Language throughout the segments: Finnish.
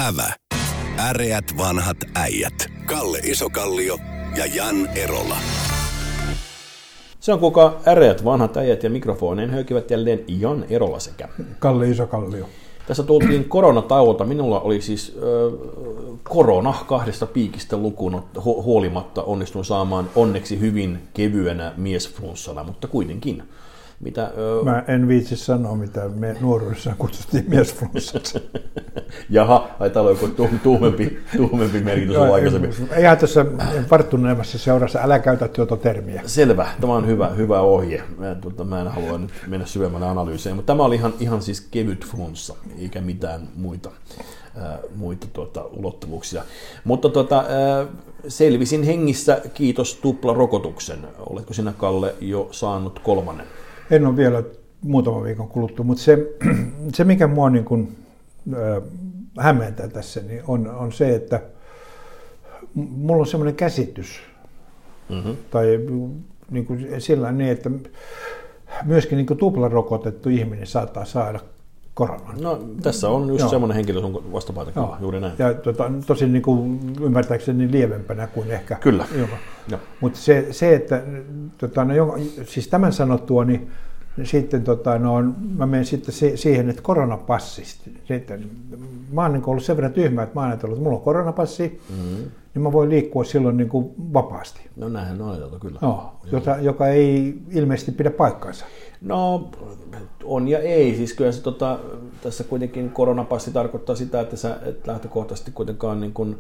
Ävä. Äreät vanhat äijät. Kalle Isokallio ja Jan Erola. Se on kuka äreät vanhat äijät ja mikrofoneen höykivät jälleen Jan Erola sekä Kalle Isokallio. Tässä tultiin koronatauolta. Minulla oli siis korona kahdesta piikistä lukuun huolimatta onnistun saamaan onneksi hyvin kevyenä miesflunssana, mutta kuitenkin. Mä en viitsi sanoa, mitä me nuoruudessa kutsuttiin miesflunssaksi. Jaha, täällä on joku tuhmempi merkitys ollut aikaisemmin. Eihän tässä varttuneemmassa seurassa, älä käytä tuota termiä. Selvä, tämä on hyvä ohje. Mä en halua nyt mennä syvemmälle analyyseen, mutta tämä oli ihan siis kevyt flunssa, eikä mitään muita ulottuvuuksia. Mutta selvisin hengissä, kiitos tuplarokotuksen. Oletko sinä, Kalle, jo saanut 3? En ole vielä muutaman viikon kuluttua, mutta se mikä mua niin kuin, hämmentää tässä, niin on se, että mulla on semmoinen käsitys, tai niin kuin sillä niin, että myöskin niin kuin tuplarokotettu ihminen saattaa saada koronan. No tässä on just semmoinen henkilö sun vastapaita, kyllä, juuri näin. Ja tosin niin kuin, ymmärtääkseni lievempänä kuin ehkä. Kyllä. Mutta se että siis tämän sanottua, niin sitten mä menen sitten siihen, että koronapassista. Mä oon niin ollut sen verran tyhmä, että mä oon ajatellut, että mulla on koronapassi, niin mä voin liikkua silloin niin kuin vapaasti. No näinhän on ajateltu, kyllä. No, joka ei ilmeisesti pidä paikkaansa. No on ja ei. Siis kyllä se, tässä kuitenkin koronapassi tarkoittaa sitä, että sä et lähtökohtaisesti kuitenkaan niin kuin,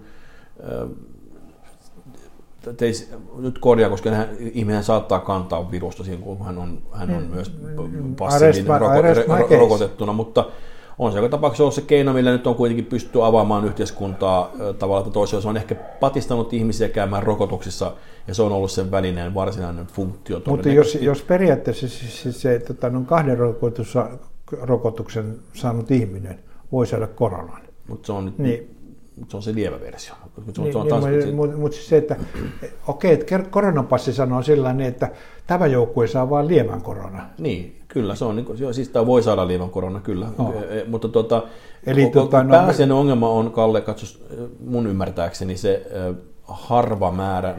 nyt korjaa, koska ihminen saattaa kantaa virusta siinä, kun hän on myös passiivinen rokotettuna, mutta on se joka tapauksessa ollut se keino, millä nyt on kuitenkin pystytty avaamaan yhteiskuntaa tavalla tai toisella. Se on ehkä patistanut ihmisiä käymään rokotuksissa, ja se on ollut sen välineen varsinainen funktio. Mutta jos periaatteessa se 2 rokotuksen saanut ihminen voi saada koronan. Mutta se on se on se lievä versio. Mutta se, että okei, että koronapassi sanoo sillä niin, että tämä joukkue saa vain lievän koronan. Niin, kyllä, se on, siis tämä voi saada lievän korona, kyllä. Mutta eli pääasiallinen ongelma on, Kalle, katsos mun ymmärtääkseni, se harva määrä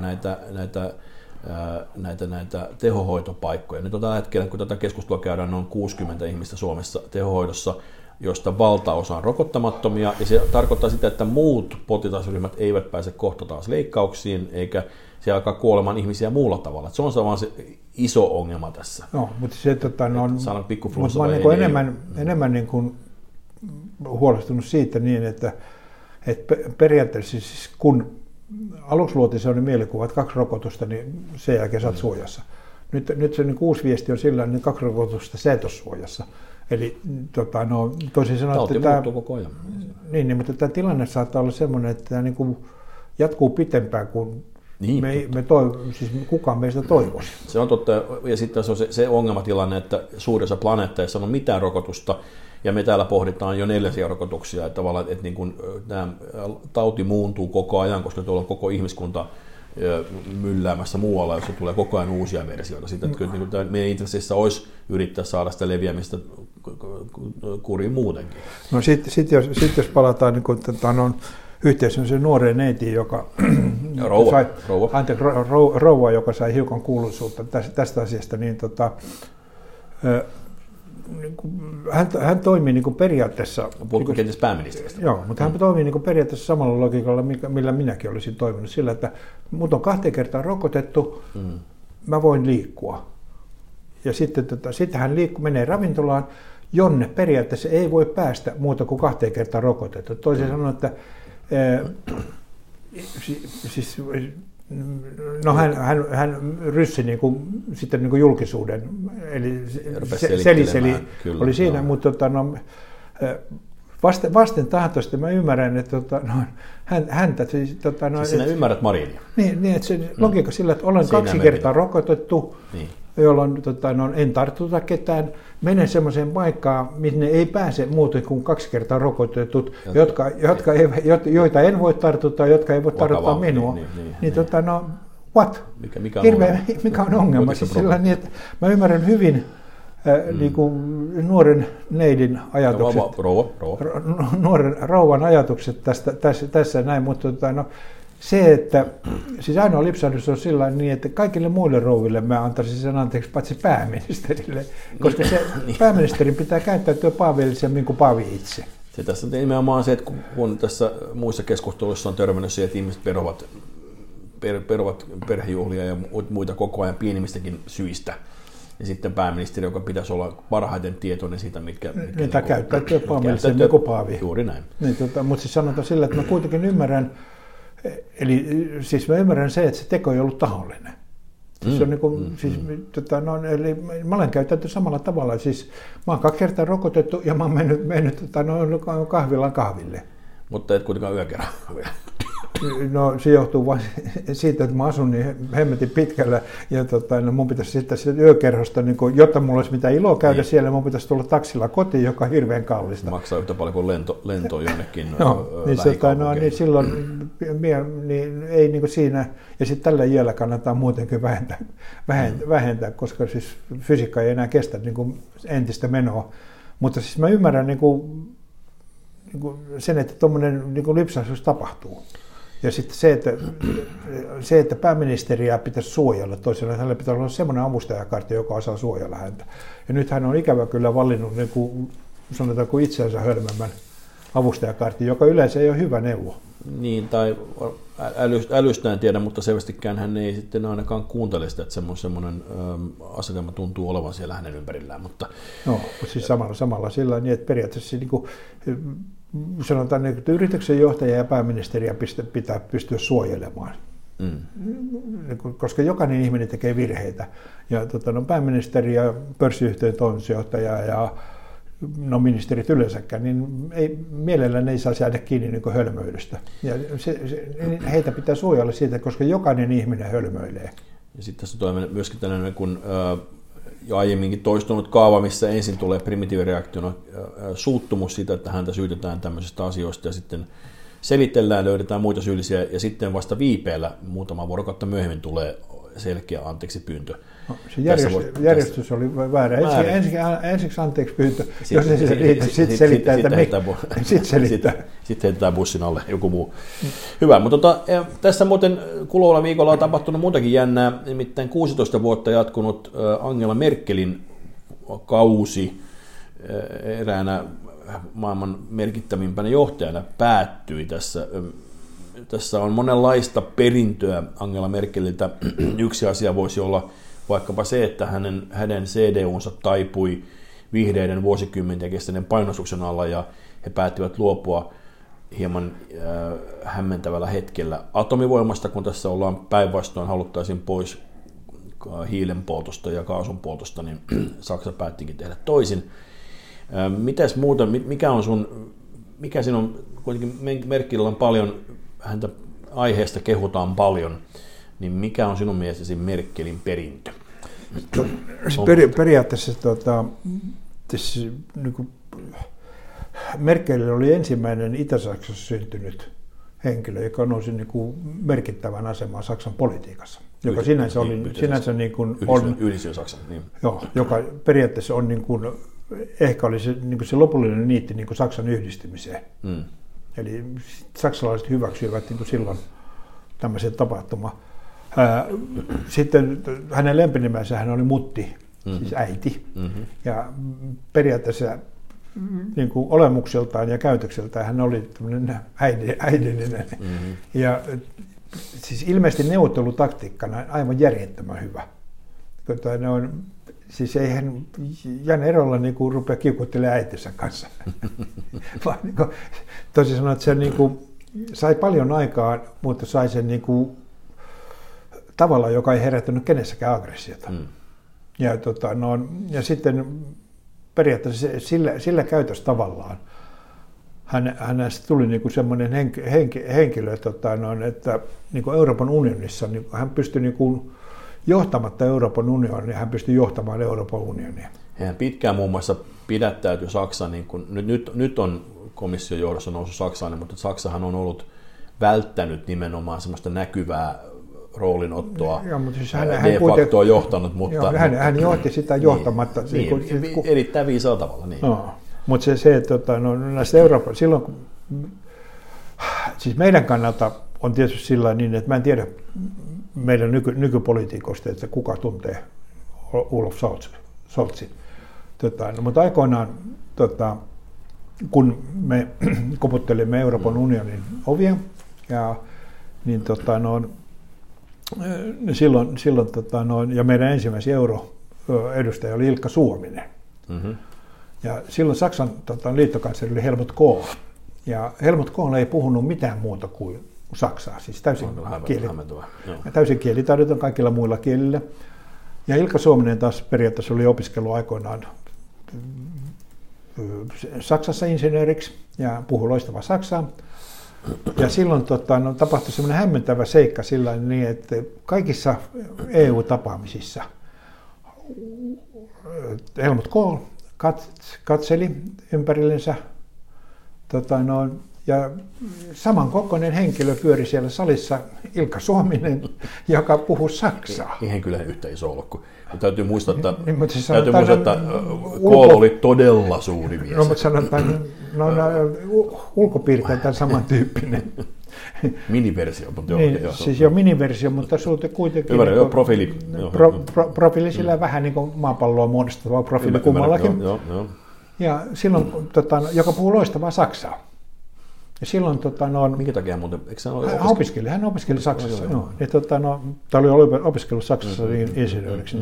näitä tehohoitopaikkoja. Nyt tällä hetkellä, kun tätä keskustelua käydään, noin 60 ihmistä Suomessa tehohoidossa, joista valtaosa on rokottamattomia, ja se tarkoittaa sitä, että muut potilasryhmät eivät pääse kohta taas leikkauksiin, eikä se alkaa kuolemaan ihmisiä muulla tavalla. Se on vaan se iso ongelma tässä. No, mutta se, saadaan pikkuflunssa mä olen enemmän niin kuin huolestunut siitä niin, että periaatteessa siis kun aluksi luotiin sellainen mielikuva, että 2 rokotusta, niin sen jälkeen sä oot suojassa. Nyt se niin uusi viesti on sillä, että 2 rokotusta sä et ole suojassa. Eli toisin sanoen, että tämä muuttuu koko ajan. Niin, mutta tämä tilanne saattaa olla sellainen, että tämä niin kuin jatkuu pitempään kuin siis kukaan meistä toivoisi. Se on totta, ja sitten se on se ongelmatilanne, että suurissa planeetteissa on mitään rokotusta, ja me täällä pohditaan jo 4 rokotuksia, että tavallaan, että niin kuin tämä tauti muuntuu koko ajan, koska tuolla on koko ihmiskunta mylläämässä muualla, jossa tulee koko ajan uusia versioita. Sitten, että kyllä meidän intressissä olisi yrittää saada sitä leviämistä kuriin muutenkin. No sitten jos palataan niin yhteisön se nuoreen neiti, joka rouva, joka sai hiukan kuuluisuutta tästä asiasta, niin hän toimii niin kuin periaatteessa. Puhutko kenties pääministeristä? Joo, mutta hän toimii niin kuin periaatteessa samalla logiikalla, millä minäkin olisin toiminut sillä, että mut on 2 kertaa rokotettu, mä voin liikkua. Ja sitten hän menee ravintolaan, jonne periaatteessa ei voi päästä muuta kuin 2 kertaa rokotettu. Toisin sanoen, että siis no hän ryssi sitten julkisuuden, eli seliseli oli siinä, mutta vasten tahtoisesti mä ymmärrän, että häntä siis sinä ymmärrät Marinia. Niin, että se logiikka sillä, että olen 2 kertaa rokotettu, jolloin en tartuta ketään, menen semmoiseen paikkaan, minne ei pääse muuten kuin 2 kertaa rokotetut, joita en voi tartuttaa, jotka ei voi tartuttaa minua. What? Mikä on ongelma? Mikä on ongelma? Siis sellainen, että mä ymmärrän hyvin niin kuin nuoren neidin ajatukset, nuoren rouvan ajatukset tässä näin, mutta se, että siis ainoa lipsahdus on sillä niin, että kaikille muille rouville mä antaisin sen anteeksi paitsi pääministerille, koska se pääministerin pitää käyttäytyä paavillisemmin kuin Paavi itse. Se tässä nimenomaan se, että kun tässä muissa keskusteluissa on törmännyt siihen, että ihmiset perovat perhejuhlia ja muita koko ajan pienimmistäkin syistä. Ja sitten pääministeri, joka pitäisi olla parhaiten tietoinen siitä, mitkä käyttäytyy paavillisen kuin Paavi. Juuri näin. Niin, mutta siis sanotaan sillä, että mä kuitenkin ymmärrän, mä ymmärrän se, että se teko ei ollut tahollinen. Siis on eli mä olen käyttäytynyt samalla tavalla. Siis mä oon 2 kertaa rokotettu ja mä oon mennyt kahvilaan kahville. Mutta et kuitenkaan yökerran. No se johtuu vain siitä, että mä asun niin hemmetin pitkällä ja mun pitäisi sitten yökerhosta, niin jotta mulla olisi mitään iloa käydä siellä, mun pitäisi tulla taksilla kotiin, joka on hirveän kallista. Maksaa yhtä paljon kuin lento jonnekin niin silloin niin ei niin kuin siinä, ja sitten tällä iällä kannattaa muutenkin vähentää, koska siis fysiikka ei enää kestä niin kuin entistä menoa. Mutta siis mä ymmärrän niin kuin sen, että tuommoinen niin kuin lipsaisuus tapahtuu. Ja sitten se, että pääministeriä pitäisi suojella toisella, hänellä pitää olla semmoinen avustajakartti, joka osaa suojella häntä. Ja nyt hän on ikävä kyllä valinnut niin kuin, sanotaanko itseänsä hölmemmän avustajakartin, joka yleensä ei ole hyvä neuvo. Niin, tai älystä en tiedä, mutta selvästikään hän ei sitten ainakaan kuuntele sitä, että semmoinen asetelma tuntuu olevan siellä hänen ympärillään. Mutta no, siis samalla sillä niin, että periaatteessa niin kuin, sanotaan, että yrityksen johtaja ja pääministeriä pitää pystyä suojelemaan. Koska jokainen ihminen tekee virheitä. Ja pääministeri ja pörssiyhtiön toimitusjohtaja ja ministerit yleensäkään, niin mielellään ei saa jäädä kiinni niin kuin hölmöilystä. Ja heitä pitää suojella siitä, koska jokainen ihminen hölmöilee. Ja sitten tässä tulee myöskin tällainen, kun jo aiemminkin toistunut kaava, missä ensin tulee primitiivireaktiona suuttumus siitä, että häntä syytetään tämmöisistä asioista ja sitten selitellään, löydetään muita syyllisiä ja sitten vasta viipeellä muutama vuorokautta myöhemmin tulee selkeä anteeksi pyyntö. No, se järjestys oli väärä. Ensiksi anteeksi pyyntö, jos ei se riitä, sitten selittää, että Sitten heitetään bussin alle joku muu. Hyvä, mutta tässä muuten kuluvalla viikolla on tapahtunut muutakin jännää, nimittäin 16 vuotta jatkunut Angela Merkelin kausi eräänä maailman merkittävimpänä johtajana päättyi tässä. Tässä on monenlaista perintöä Angela Merkeliltä. Yksi asia voisi olla vaikkapa se, että hänen CDUnsa taipui vihreiden vuosikymmenten kestäneen painostuksen alla ja he päättivät luopua hieman hämmentävällä hetkellä atomivoimasta, kun tässä ollaan päinvastoin haluttaisiin pois hiilen poltosta ja kaasun poltosta, niin Saksa päättikin tehdä toisin. Mitäs muuta, mikä siinä on, kuitenkin Merkelillä on paljon, häntä aiheesta kehutaan paljon, niin mikä on sinun mielestäsi Merkelin perintö? Periaatteessa niin Merkel oli ensimmäinen Itä-Saksassa syntynyt henkilö, joka nousi niin kuin merkittävän asemaan Saksan politiikassa, joka sinänsä on Yhdistys-Saksan, niin. Joo, joka periaatteessa on niin kuin, ehkä oli se, niin kuin se lopullinen niitti niin kuin Saksan yhdistymiseen. Eli saksalaiset hyväksyivät niin kuin silloin tämmöisen tapahtuman. Sitten hänen lempinimensä hän oli Mutti, siis äiti. Ja periaatteessa niin kuin olemukseltaan ja käytökseltään hän oli tämmöinen äidillinen. Ja siis ilmeisesti neuvottelutaktiikkana aivan järjettömän hyvä. Siis eihän Jan Erolla niin kuin rupea kiukuttelemaan äitinsä kanssa. Vaan niin kuin, toisin sanoen, että se niin kuin, sai paljon aikaa, mutta sai sen niin kuin, tavalla, joka ei herättänyt kenessäkään aggressiota. Ja sitten periaatteessa sillä käytöstavallaan hänestä tuli niin kuin semmoinen henkilö, että niin kuin Euroopan unionissa niin hän pystyi niin kuin, johtamatta Euroopan unionia, hän pystyi johtamaan Euroopan unionia. Hän pitkään muun muassa pidättäytyi Saksaan, niin kuin, nyt on komission johdossa noussut Saksaan, mutta Saksahan on ollut välttänyt nimenomaan semmoista näkyvää roolinottoa mutta siis de facto on johtanut. Mutta hän johti sitä johtamatta. Erittäin viisaalla tavalla. Niin. No, mutta se että näistä Euroopan, silloin kun, siis meidän kannalta on tietysti sillä niin, että mä en tiedä meidän nykypolitiikosta, että kuka tuntee Olaf Scholzin. Mutta aikoinaan, kun me koputtelimme Euroopan unionin ovia, niin silloin ja meidän ensimmäisen euroedustaja oli Ilkka Suominen. Mm-hmm. Ja silloin Saksan liittokansleri oli Helmut Kohl. Ja Helmut Kohl ei puhunut mitään muuta kuin saksaa, siis täysin kielitaidoton kaikilla muilla kielillä. Ja Ilkka Suominen taas periaatteessa oli opiskellut aikoinaan Saksassa insinööriksi ja puhui loistavaa saksaa. Ja silloin tapahtui semmoinen hämmentävä seikka sillä niin, että kaikissa EU-tapaamisissa Helmut Kohl katseli ympärillensä ja samankokoinen henkilö pyöri siellä salissa, Ilkka Suominen, joka puhui saksaa. Eihän kyllä yhtä iso ollut, kun täytyy muistaa, että Kohl oli todella suuri mies. No, mutta sanotaan, ulkopiirteiltään samantyyppinen. Miniversio. Mutta siis jo miniversio, mutta sulta kuitenkin profiili. Profiili sillä vähän niin kuin maapalloa muodostava profiili kummallakin. Ja silloin, joka puhuu loistavaa saksaa. Ja silloin, minkä takia muuten? Hän opiskeli Saksassa. Tämä oli opiskellut Saksassa insinööriksi.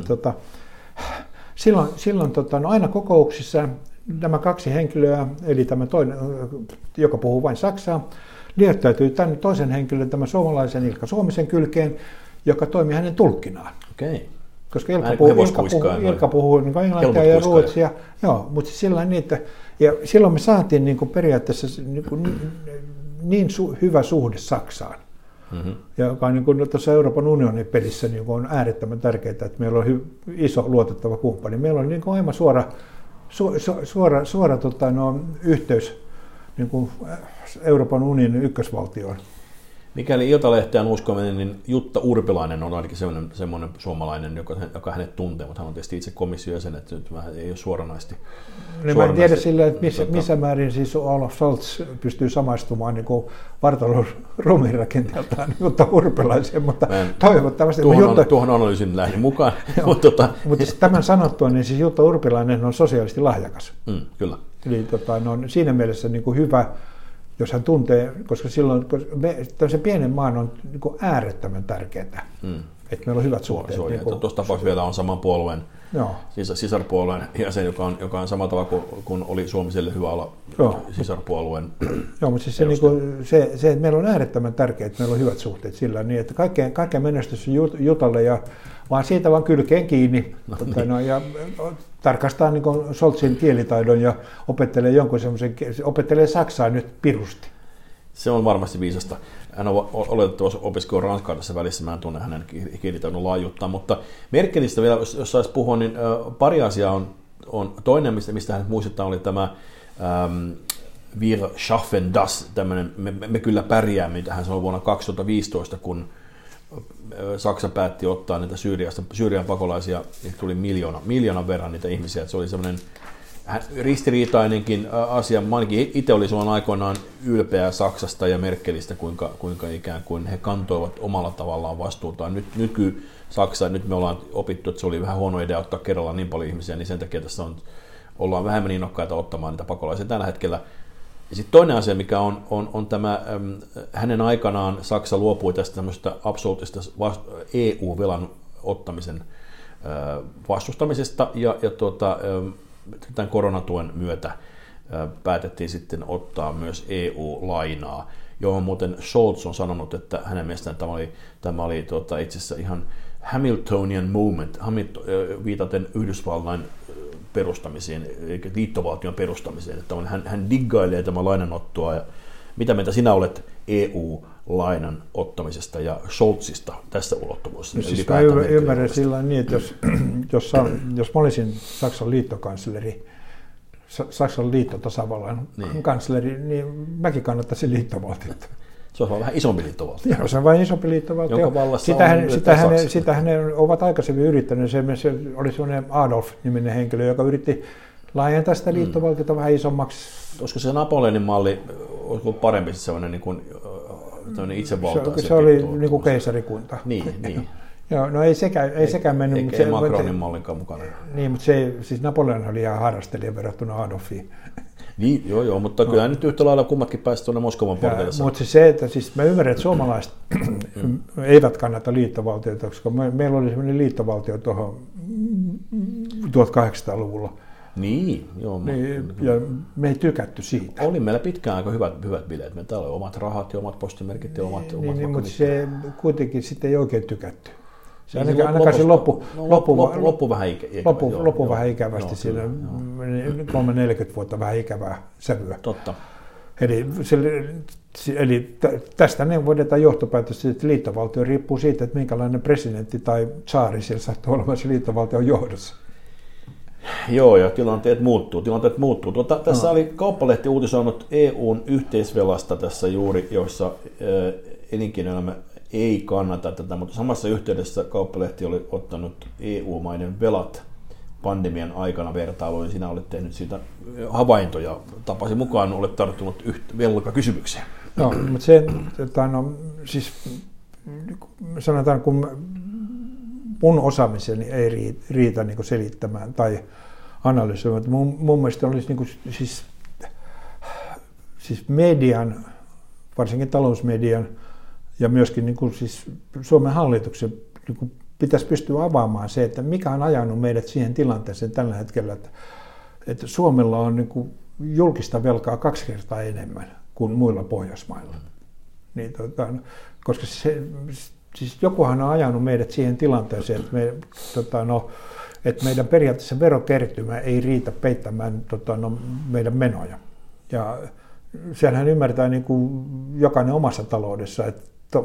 Silloin aina kokouksissa nämä kaksi henkilöä, eli tämä toinen, joka puhuu vain saksaa, liittäytyi tämän toisen henkilön, tämän suomalaisen Ilkka Suomisen kylkeen, joka toimi hänen tulkkinaan. Okei. Koska Ilkka puhuu englantia ja ruotsia. Joo, mutta sillä niin, että ja silloin me saatiin niin kuin periaatteessa niin hyvä suhde Saksaan, joka on niin kuin tuossa Euroopan unionin pelissä niin kuin on äärettömän tärkeää, että meillä on iso luotettava kumppani. Meillä on niin kuin aivan suora yhteys niin kuin Euroopan unionin ykkösvaltioon. Mikäli Iltalehteen uskominen, niin Jutta Urpilainen on ainakin semmoinen suomalainen, joka hänet tuntee, mutta hän on tietysti itse komission jäsen, että nyt ei ole suoranaisesti. Mä en tiedä sillä, että missä määrin siis Olaf Scholz pystyy samaistumaan niin vartalon ruumiinrakenteeltaan Jutta Urpilaiseen, mutta toivottavasti. Tuohon analyysin lähdin mukaan. Mutta tämän sanottua, niin siis Jutta Urpilainen on sosiaalisesti lahjakas. Kyllä. Eli on siinä mielessä niin kuin hyvä, jos hän tuntee, koska silloin tämmöisen pienen maan on niin kuin äärettömän tärkeää, että meillä on hyvät suhteet. Tuossa tapauksessa vielä on saman puolueen, sisarpuolueen jäsen, joka on samalla tavalla kuin oli Suomiselle hyvä olla sisarpuolueen. Joo, mutta siis se, että meillä on äärettömän tärkeää, että meillä on hyvät suhteet sillä niin, että kaikkea menestys on Jutalle ja vaan siitä vaan kylkeen kiinni ja tarkastaa niin Scholzin kielitaidon ja opettelee saksaa nyt pirusti. Se on varmasti viisasta. Hän on oletettavasti opiskellut ranskaa tässä välissä, mä en tunne hänen kielitaidon laajuutta, mutta Merkelistä vielä, jos saisi puhua, niin pari asiaa on toinen, mistä hän muistuttaa, oli tämä Wir schaffen das, tämmöinen me kyllä pärjäämme, mitä hän sanoi vuonna 2015, kun Saksa päätti ottaa niitä Syyrian pakolaisia, niin tuli miljoonan verran niitä ihmisiä. Se oli semmoinen ristiriitainenkin asia. Mä ainakin itse olin silloin aikoinaan ylpeä Saksasta ja Merkelistä, kuinka ikään kuin he kantoivat omalla tavallaan vastuutaan. Nyky-Saksa, nyt me ollaan opittu, että se oli vähän huono idea ottaa kerrallaan niin paljon ihmisiä, niin sen takia tässä ollaan vähemmän innokkaita ottamaan niitä pakolaisia tällä hetkellä. Ja sitten toinen asia, mikä on tämä, hänen aikanaan Saksa luopui tästä tämmöistä absoluuttista EU-velan ottamisen vastustamisesta ja tämän koronatuen myötä päätettiin sitten ottaa myös EU-lainaa, johon muuten Scholz on sanonut, että hänen mielestään tämä oli itse asiassa ihan Hamiltonian moment, viitaten Yhdysvaltain perustamiseen, eli liittovaltion perustamiseen, että hän diggailee tämän lainanottoa. Ja mitä mieltä sinä olet EU-lainan ottamisesta ja Scholzista tässä ulottuvuudessa? Siis mä ymmärrän sillä niin, että jos mä olisin Saksan liittokansleri, Saksan liittotasavallan kansleri, niin mäkin kannattaisin liittovaltiota. Se on vähän isompi liittovaltio. Joo, se on vain isompi liittovaltio. Jonka vallassa Sitähän ne ovat aikaisemmin yrittäneet. Se oli sellainen Adolf-niminen henkilö, joka yritti laajentaa sitä liittovaltiota vähän isommaksi. Olisiko se Napoleonin malli olisiko parempi sellainen niin kuin itsevaltaisempi? Se oli niin kuin keisarikunta. Niin. Joo, no ei sekään mennyt. Eikä Macronin mallinkaan mukana. Niin, mutta siis Napoleon oli ihan harrastelija verrattuna Adolfiin. Niin, joo, mutta kyllä nyt yhtä lailla kummatkin pääsivät tuonne Moskovan porteille. Mutta se, että siis mä ymmärrän, että suomalaiset eivät kannata liittovaltiota, koska meillä oli sellainen liittovaltio tuohon 1800-luvulla. Niin, joo. Ja me ei tykätty siitä. Oli meillä pitkään aika hyvät bileet. Meillä täällä oli omat rahat ja omat postimerkit ja omat mutta se kuitenkin sitten ei oikein tykätty. Se ainakaan se loppu vähän ikävästi siinä, 30-40 vuotta vähän ikävää sävyä. Totta. Eli tästä ne voidaan johtopäätöstä, että liittovaltio riippuu siitä, että minkälainen presidentti tai tsaari siellä sattuu olemaan se liittovaltion johdossa. Joo, ja tilanteet muuttuu. Tässä oli Kauppalehti uutisoinut EUn yhteisvelasta tässä juuri, jossa elinkeinoelämä ei kannata tätä, mutta samassa yhteydessä Kauppalehti oli ottanut EU-maiden velat pandemian aikana vertailuun, ja sinä olet tehnyt siitä havaintoja. Tapasi mukaan olet tarttunut velkakysymykseen. No, mutta se, siis sanotaan, kun mun osaamiseni ei riitä niin kuin selittämään tai analysoimaan. Mun mielestä olisi niin kuin, siis median, varsinkin talousmedian ja myöskin niin kuin, siis Suomen hallituksen niin kuin pitäisi pystyä avaamaan se, että mikä on ajanut meidät siihen tilanteeseen tällä hetkellä, että Suomella on niin kuin julkista velkaa 2 kertaa enemmän kuin muilla Pohjoismailla. Niin, koska siis jokuhan on ajanut meidät siihen tilanteeseen, että, että meidän periaatteessa verokertymä ei riitä peittämään meidän menoja. Ja senhän ymmärtää niin kuin jokainen omassa taloudessa, että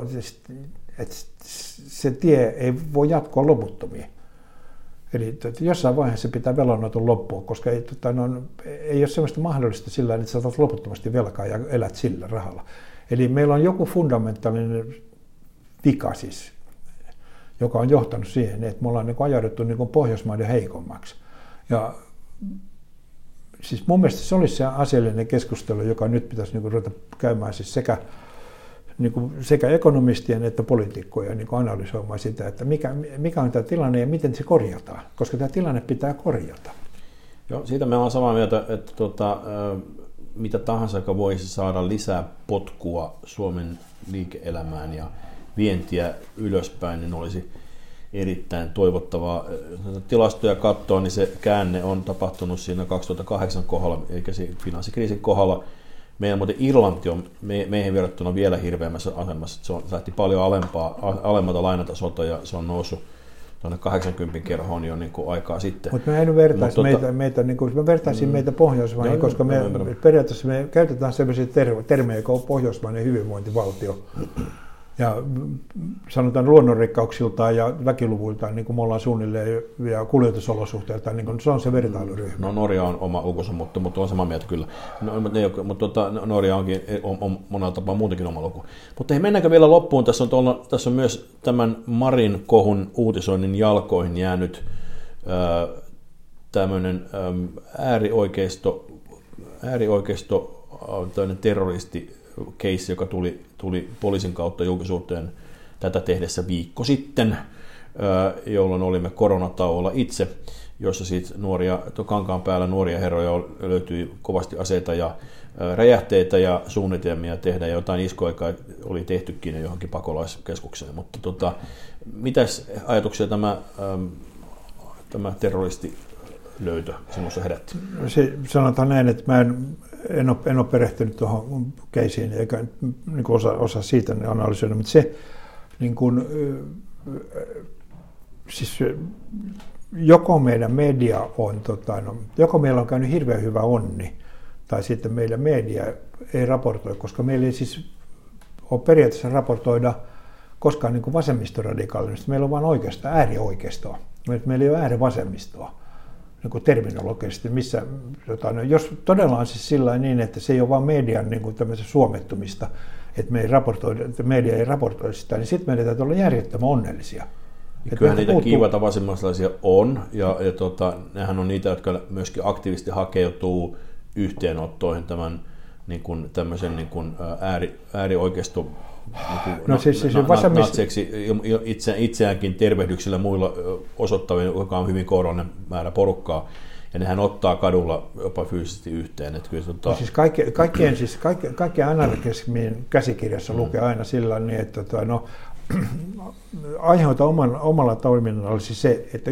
se tie ei voi jatkoa loputtomiin. Eli jossain vaiheessa pitää velanoton loppua, koska ei ole sellaista mahdollista sillä, että sä otat loputtomasti velkaa ja elät sillä rahalla. Eli meillä on joku fundamentaalinen vika siis, joka on johtanut siihen, että me ollaan ajauduttu Pohjoismaiden heikommaksi. Ja siis mun mielestä se olisi se asiallinen keskustelu, joka nyt pitäisi ruveta käymään siis sekä ekonomistien että poliitikkojen analysoimaan sitä, että mikä on tämä tilanne ja miten se korjataan, koska tämä tilanne pitää korjata. Joo, siitä me ollaan samaa mieltä, että mitä tahansa, joka voisi saada lisää potkua Suomen liike-elämään ja vientiä ylöspäin, niin olisi erittäin toivottavaa. Tilastoja katsoo, niin se käänne on tapahtunut siinä 2008 kohdalla, eikä finanssikriisin kohdalla. Meidän muuten Irlanti on meihin verrattuna vielä hirveämmässä asemassa. Se lähti paljon alemmalta lainatasolta ja se on noussut tuonne 80 kerhoon jo niin kuin aikaa sitten. Mutta mä en vertaisi mä vertaisin meitä Pohjoismaihin, koska periaatteessa me käytetään sellaisia termejä kuin Pohjoismainen hyvinvointivaltio. Ja sanotaan luonnonrikkauksiltaan ja väkiluvuiltaan, niin kuin me ollaan suunnilleen, ja kuljetusolosuhteiltaan, niin se on se vertailuryhmä. No Norja on oma lukunsa, mutta on samaa mieltä kyllä. Mutta Norja onkin on monella tapaa muutenkin oma luku. Mutta hei, mennäänkö vielä loppuun? Tässä on myös tämän Marin kohun uutisoinnin jalkoihin jäänyt tämmöinen äärioikeisto terroristi-keissi, joka tuli poliisin kautta julkisuuteen tätä tehdessä viikko sitten, jolloin olimme koronatauolla itse, jossa siis Kankaan päällä nuoria herroja löytyi kovasti aseita ja räjähteitä ja suunnitelmia tehdä, ja jotain iskuaikaa oli tehtykin johonkin pakolaiskeskukseen. Mutta mitäs ajatuksia tämä terroristilöytö sinussa herätti? Sanotaan näin, että mä en ole perehtynyt tuohon keisiin eikä niin osaa siitä analysoida, mutta se niin kuin, siis joko meidän media on, joko meillä on käynyt hirveän hyvä onni, tai sitten meidän media ei raportoi, koska meillä ei siis ole periaatteessa raportoida koskaan niin kuin vasemmistoradikaalisuudesta. Meillä on vain äärioikeistoa. Meillä ei ole äärivasemmistoa. niin terminologisesti, missä, jos todella on siis sillä niin, että se ei ole vain median niin suomettumista, että media ei raportoi sitä, niin sitten meidän täytyy olla järjettömän onnellisia. Kyllähän niitä kiivaita vasemmistoslaisia on, ja nehän on niitä, jotka myöskin aktiivisesti hakeutuu yhteenottoihin tämän niin kuin, tämmöisen niin kuin äärioikeisto natseiksi itseäänkin tervehdyksillä muilla oikeuttavien, joka on hyvin kourallinen määrä porukkaa, ja nehän ottaa kadulla jopa fyysisesti yhteen. Että kyllä, kaikkien anarkismin käsikirjassa lukee aina sillä niin, että aiheuta omalla toiminnalla siis se, että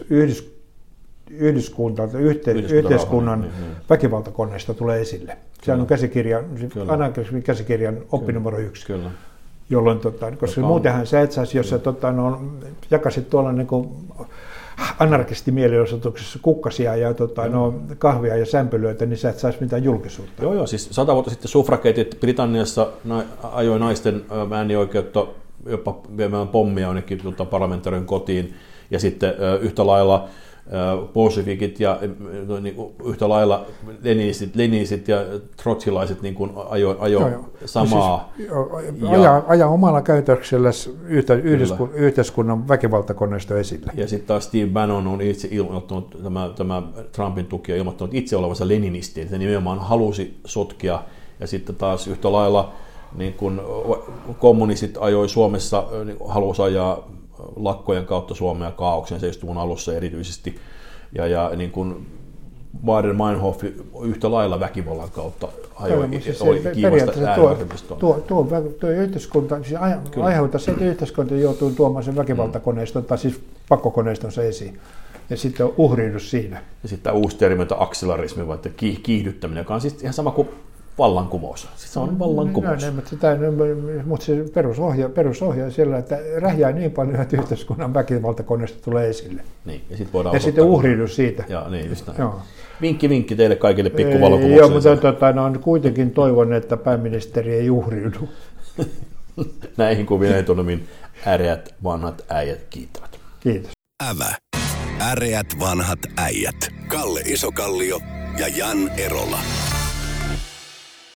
yhteiskunnan väkivaltakoneista tulee esille. Sehän on anarkismin käsikirjan oppi numero 1. Kyllä. Jolloin, koska muutenhan sä et saisi, jos sä jakaisit tuolla niin kuin anarkistimielenosoituksessa kukkasia ja kahvia ja sämpylöitä, niin sä et saisi mitään julkisuutta. Joo, siis 100 vuotta sitten suffrageetit Britanniassa ajoi naisten äänioikeutta jopa viemään pommia jonnekin parlamentaarien kotiin, ja sitten yhtä lailla bolshevikit ja niin kuin, yhtä lailla leninistit ja trotskilaiset niin kuin ajo samaa. Siis, aja omalla käytöksellä yhteiskunnan väkivaltakoneista esille. Ja sitten taas Steve Bannon on itse ilmoittanut, tämä Trumpin tukija ilmoittanut itse olevansa leninisti, että nimenomaan halusi sotkea, ja sitten taas yhtä lailla niin kun kommunistit ajoi Suomessa, niin halusi ajaa lakkojen kautta Suomea kaaokseen 70-luvun alussa erityisesti, ja niin kuin Baader-Meinhof yhtä lailla väkivallan kautta ajoi kiivasta ääriorganistoon. Tuo yhteiskunta, siis aiheuttaa se, että yhteiskunta joutuu tuomaan sen väkivaltakoneiston, tai siis pakkokoneistonsa esiin, ja sitten uhriudu siinä. Ja sitten tämä uusi termi, aksillarismi, vai kiihdyttäminen, joka on siis ihan sama kuin vallankumous. Se on vallankumous. Mutta se perusohja siellä, että räjää niin paljon, että yhteiskunnan väkivaltakoneesta tulee esille. Niin, ja sitten uhriudu siitä. Ja, niin, just näin. Joo. Vinkki teille kaikille pikkuvallankumouksille. Joo, mutta kuitenkin toivon, että pääministeri ei uhriudu. Näihin kuviin etunomiin äreät vanhat äijät kiittävät. Kiitos. Äreät vanhat äijät. Kalle Isokallio ja Jan Erola.